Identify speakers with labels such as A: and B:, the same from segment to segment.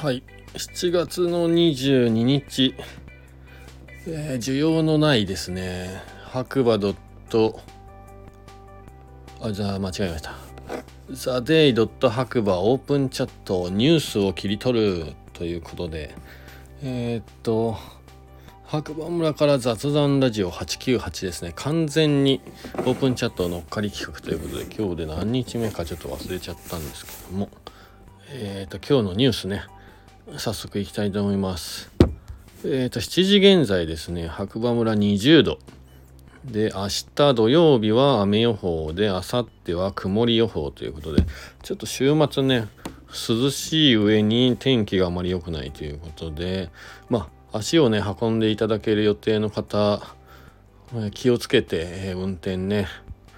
A: はい、7月の22日、需要のないですね、白馬じゃあ間違えました。ザデイ白馬オープンチャットニュースを切り取るということで、白馬村から雑談ラジオ898ですね。完全にオープンチャット乗っかり企画ということで、今日で何日目かちょっと忘れちゃったんですけども、今日のニュースね、早速いきたいと思います。7時現在ですね、白馬村20度で、明日土曜日は雨予報で、明後日は曇り予報ということで、ちょっと週末ね、涼しい上に天気があまり良くないということで、足をね運んでいただける予定の方、気をつけて、運転ね、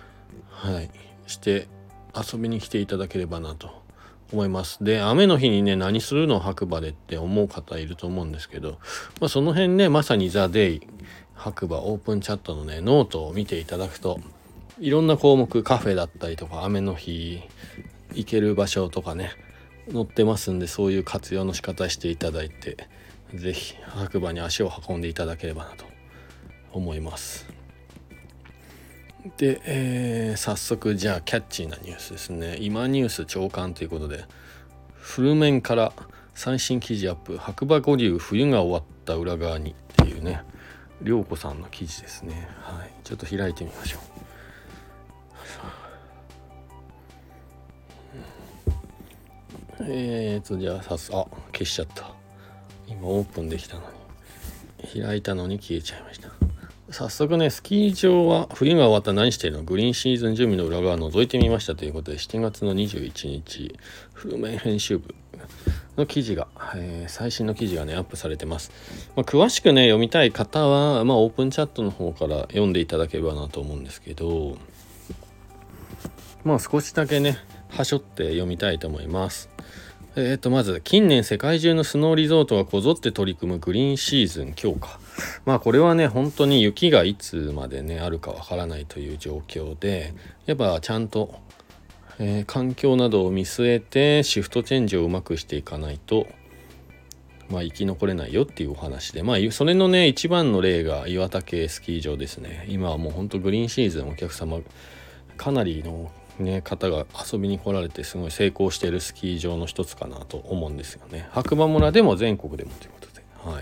A: して遊びに来ていただければなと思います。で、雨の日にね、何するの白馬でって思う方いると思うんですけど、その辺ね、まさにザ・デイ白馬オープンチャットのねノートを見ていただくと、いろんな項目、カフェだったりとか、雨の日行ける場所とかね載ってますんで、そういう活用の仕方していただいて、ぜひ白馬に足を運んでいただければなと思います。で、早速じゃあキャッチーなニュースですね。今ニュース朝刊ということで、フル面から最新記事アップ、白馬五流冬が終わった裏側にっていうね、涼子さんの記事ですね。ちょっと開いてみましょう。じゃあ消しちゃった。今オープンできたのに、開いたのに消えちゃいました。早速ね、スキー場は冬が終わったら何しているの、グリーンシーズン準備の裏側を覗いてみましたということで、7月の21日フルメン編集部の記事が、最新の記事がねアップされてます。詳しくね読みたい方は、オープンチャットの方から読んでいただければなと思うんですけど、少しだけねはしょって読みたいと思います。まず、近年世界中のスノーリゾートがこぞって取り組むグリーンシーズン強化。これはね、本当に雪がいつまでねあるかわからないという状況で、やっぱちゃんと、環境などを見据えてシフトチェンジをうまくしていかないと、生き残れないよっていうお話で、それのね一番の例が岩岳スキー場ですね。今はもう本当グリーンシーズン、お客様かなりの方が遊びに来られて、すごい成功しているスキー場の一つかなと思うんですよね。白馬村でも全国でもということ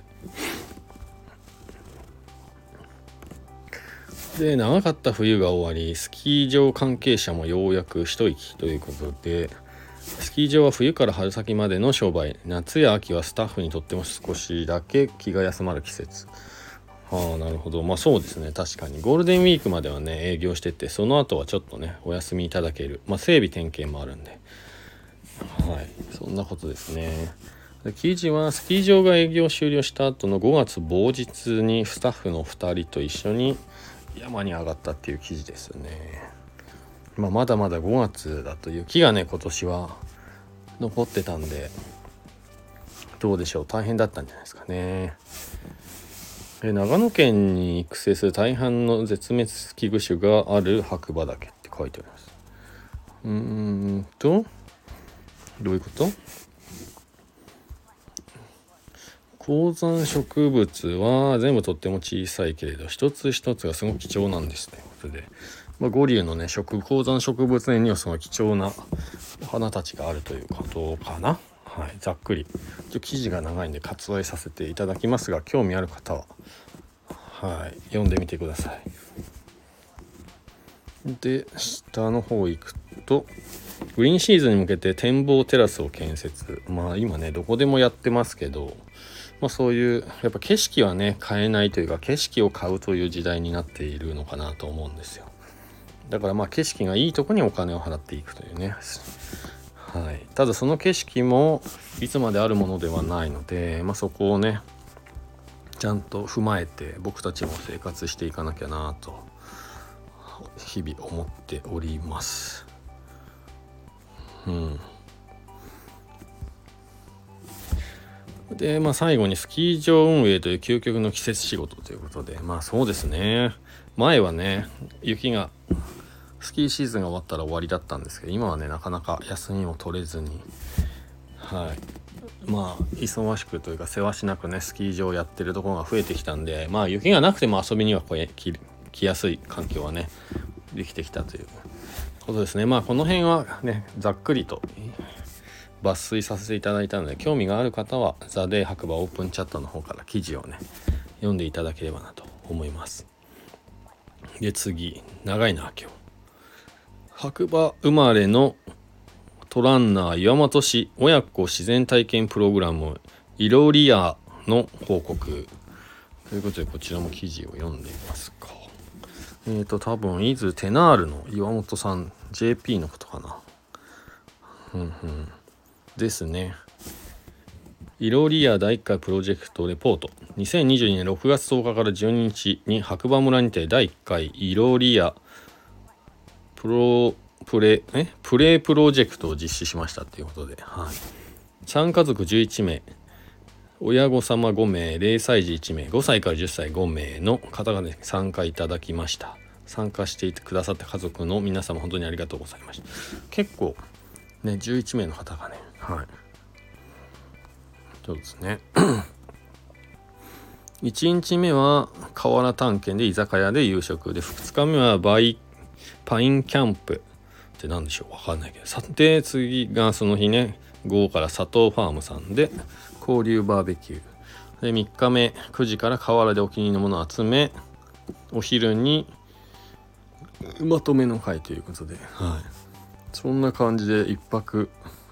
A: で、で、長かった冬が終わり、スキー場関係者もようやく一息ということで、スキー場は冬から春先までの商売、夏や秋はスタッフにとっても少しだけ気が休まる季節。なるほど。そうですね。確かにゴールデンウィークまではね営業してて、その後はちょっとねお休みいただける、整備点検もあるんで、そんなことですね。記事はスキー場が営業終了した後の5月某日にスタッフの2人と一緒に山に上がったっていう記事ですね。まだまだ5月だと雪がね今年は残ってたんで、どうでしょう、大変だったんじゃないですかね。長野県に育成する大半の絶滅危惧種がある白馬岳って書いてあります。どういうこと？高山植物は全部とっても小さいけれど、一つ一つがすごく貴重なんですということで、五竜のね高山植物園にはすごい貴重なお花たちがあるということかな。ざっくり記事が長いんで割愛させていただきますが、興味ある方は読んでみてください。で、下の方行くと、グリーンシーズンに向けて展望テラスを建設。今ねどこでもやってますけど、そういうやっぱ景色はね買えないというか、景色を買うという時代になっているのかなと思うんですよ。だから景色がいいとこにお金を払っていくというね。ただその景色もいつまであるものではないので、そこをねちゃんと踏まえて僕たちも生活していかなきゃなと日々思っております。で、最後にスキー場運営という究極の季節仕事ということで、そうですね、前はね雪がスキーシーズンが終わったら終わりだったんですけど、今はねなかなか休みも取れずに、 忙しくというかせわしなくねスキー場やってるところが増えてきたんで、雪がなくても遊びには来やすい環境はねできてきたということですね。この辺はねざっくりと抜粋させていただいたので、興味がある方はザ・デイ白馬オープンチャットの方から記事をね読んでいただければなと思います。で次、長いな今日。白馬生まれのトランナー岩本氏親子自然体験プログラムイロリアの報告ということで、こちらも記事を読んでみますか。多分イズテナールの岩本さん JP のことかな。ですね。イロリア第1回プロジェクトレポート。2022年6月10日から12日に白馬村にて第1回イロリアプレイプロジェクトを実施しましたということで、参加族11名、親御様5名、0歳児1名、5歳から10歳5名の方がね参加いただきました。参加していてくださった家族の皆様本当にありがとうございました。結構ね11名の方がね、そうですね1日目は河原探検で居酒屋で夕食で、2日目はパインキャンプって何でしょう、わかんないけど、で次がその日ね午後から佐藤ファームさんで交流バーベキューで、3日目9時から河原でお気に入りのものを集め、お昼にまとめの会ということで、そんな感じで2泊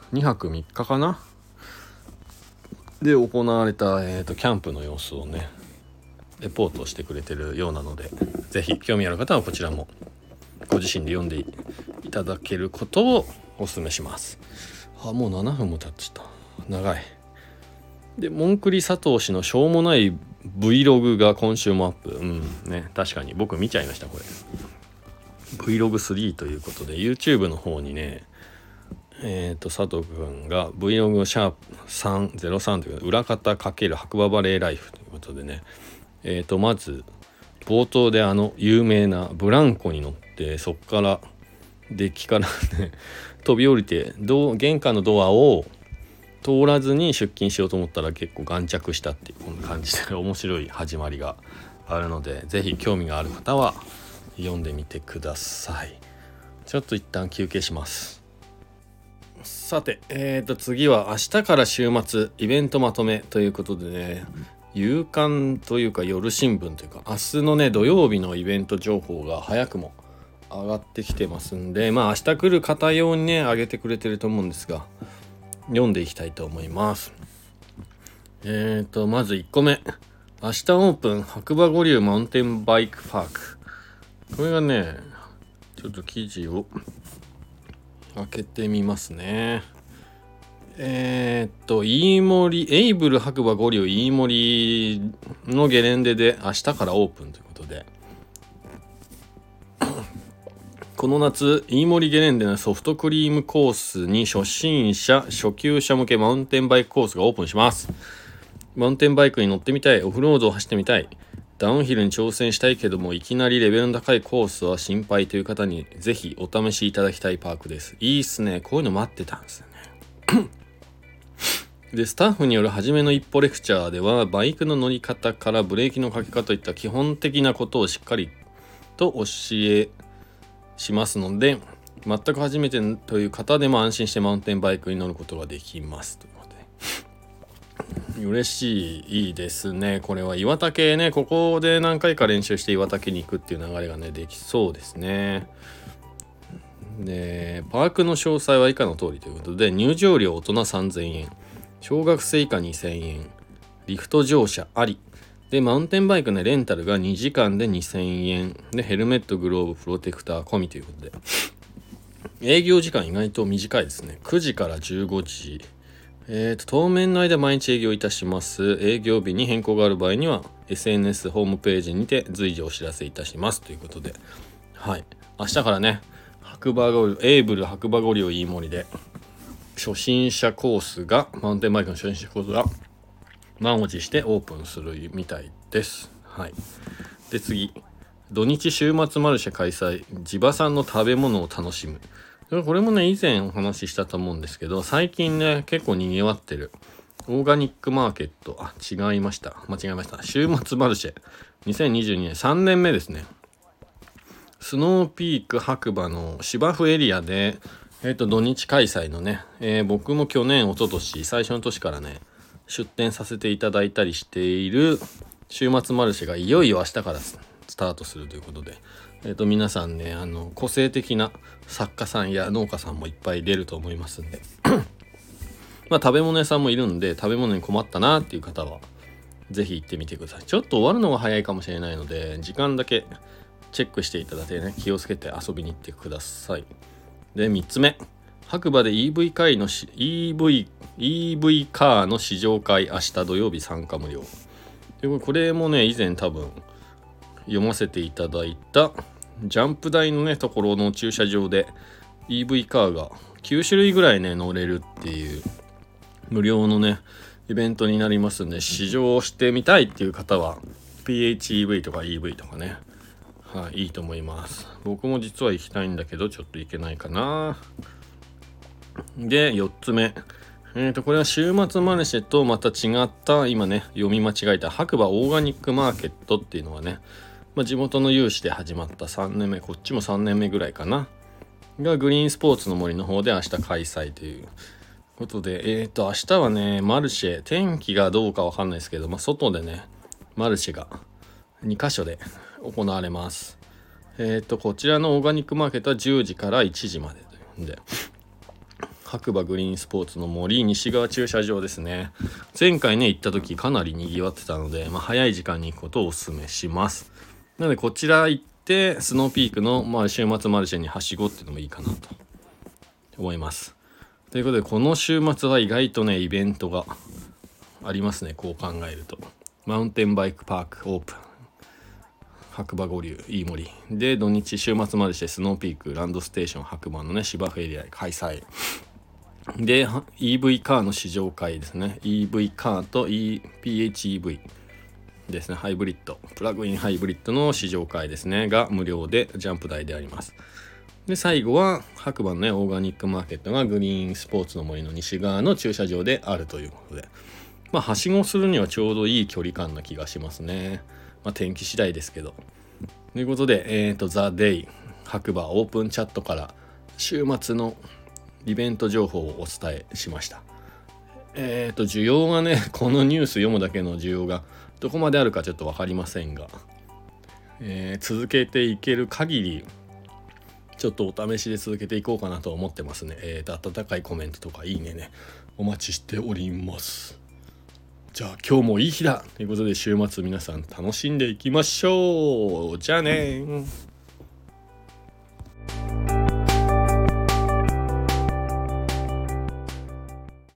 A: 3日かなで行われた、キャンプの様子をねレポートしてくれてるようなので、ぜひ興味ある方はこちらもご自身で読んでいただけることをお勧めします。もう7分も経っちゃった。長い。でモンクリ佐藤氏のしょうもない Vlog が今週もアップ。確かに僕見ちゃいましたこれ。Vlog3 ということで YouTube の方にね佐藤くんが Vlog シャープ303という裏方×白馬バレーライフということでね、まず冒頭で有名なブランコに乗って、そっからデッキからね飛び降りて玄関のドアを通らずに出勤しようと思ったら結構眼着したっていうこんな感じで面白い始まりがあるので、ぜひ興味がある方は読んでみてください。ちょっと一旦休憩します。さて、次は明日から週末イベントまとめということでね、夕刊というか夜新聞というか明日のね土曜日のイベント情報が早くも上がってきてますんで、明日来る方用にね上げてくれてると思うんですが、読んでいきたいと思います。まず1個目、明日オープン白馬五竜マウンテンバイクパーク。これがねちょっと記事を開けてみますね。エイブル白馬五竜飯森のゲレンデで明日からオープンということで、この夏飯森ゲレンデのソフトクリームコースに初心者初級者向けマウンテンバイクコースがオープンします。マウンテンバイクに乗ってみたい、オフロードを走ってみたい、ダウンヒルに挑戦したいけどもいきなりレベルの高いコースは心配という方にぜひお試しいただきたいパークです。いいっすね。こういうの待ってたんですよねでスタッフによる初めの一歩レクチャーでは、バイクの乗り方からブレーキのかけ方といった基本的なことをしっかりと教えしますので、全く初めてという方でも安心してマウンテンバイクに乗ることができますということで嬉しい、いいですね。これは岩岳ね、ここで何回か練習して岩岳に行くっていう流れがねできそうですね。でパークの詳細は以下の通りということで、入場料大人3000円、小学生以下2000円、リフト乗車ありで、マウンテンバイクのレンタルが2時間で2000円で、ヘルメットグローブプロテクター込みということで、営業時間意外と短いですね。9時から15時。当面の間毎日営業いたします。営業日に変更がある場合には SNS ホームページにて随時お知らせいたしますということで、明日からねエイブル白馬五竜飯森で初心者コースがマウンテンバイクの初心者コースが満を持してオープンするみたいです。で次、土日週末マルシェ開催、地場産の食べ物を楽しむ。これもね以前お話ししたと思うんですけど、最近ね結構賑わってるオーガニックマーケット、間違えました。週末マルシェ2022年3年目ですね。スノーピーク白馬の芝生エリアで土日開催のね、僕も去年一昨年最初の年からね出店させていただいたりしている週末マルシェがいよいよ明日からスタートするということで、皆さんね個性的な作家さんや農家さんもいっぱい出ると思いますんで食べ物屋さんもいるんで、食べ物に困ったなっていう方はぜひ行ってみてください。ちょっと終わるのが早いかもしれないので時間だけチェックしていただいてね、気をつけて遊びに行ってください。で3つ目、白馬で EV カーの試乗会、明日土曜日参加無料。でこれもね以前多分読ませていただいたジャンプ台のねところの駐車場で EV カーが9種類ぐらいね乗れるっていう無料のねイベントになりますんで、試乗してみたいっていう方は PHEV とか EV とかね、いいと思います。僕も実は行きたいんだけどちょっと行けないかな。で4つ目、これは週末マルシェとまた違った今ね読み間違えた白馬オーガニックマーケットっていうのはね、地元の有志で始まった3年目、こっちも3年目ぐらいかながグリーンスポーツの森の方で明日開催ということで、明日はねマルシェ、天気がどうかわかんないですけど、外でねマルシェが2カ所で行われます。こちらのオーガニックマーケットは10時から1時までというんで、白馬グリーンスポーツの森西側駐車場ですね。前回ね行った時かなり賑わってたので、早い時間に行くことをお勧めします。なのでこちら行ってスノーピークの、週末マルシェにはしごっていうのもいいかなと思います。ということでこの週末は意外とねイベントがありますね。こう考えるとマウンテンバイクパークオープン、白馬五流飯盛で、土日週末マルシェスノーピークランドステーション白馬のね芝生エリアで開催で、 EV カーの試乗会ですね。 EV カーと、PHEV ですね、ハイブリッドプラグインハイブリッドの試乗会ですねが無料でジャンプ台であります。で最後は白馬のねオーガニックマーケットがグリーンスポーツの森の西側の駐車場であるということで、はしごするにはちょうどいい距離感な気がしますね。天気次第ですけど。ということでザ・デイ白馬オープンチャットから週末のイベント情報をお伝えしました。需要がねこのニュース読むだけの需要がどこまであるかちょっと分かりませんが、続けていける限りちょっとお試しで続けていこうかなと思ってますね。温かいコメントとかいいねお待ちしております。じゃあ今日もいい日だということで週末皆さん楽しんでいきましょう。じゃあね。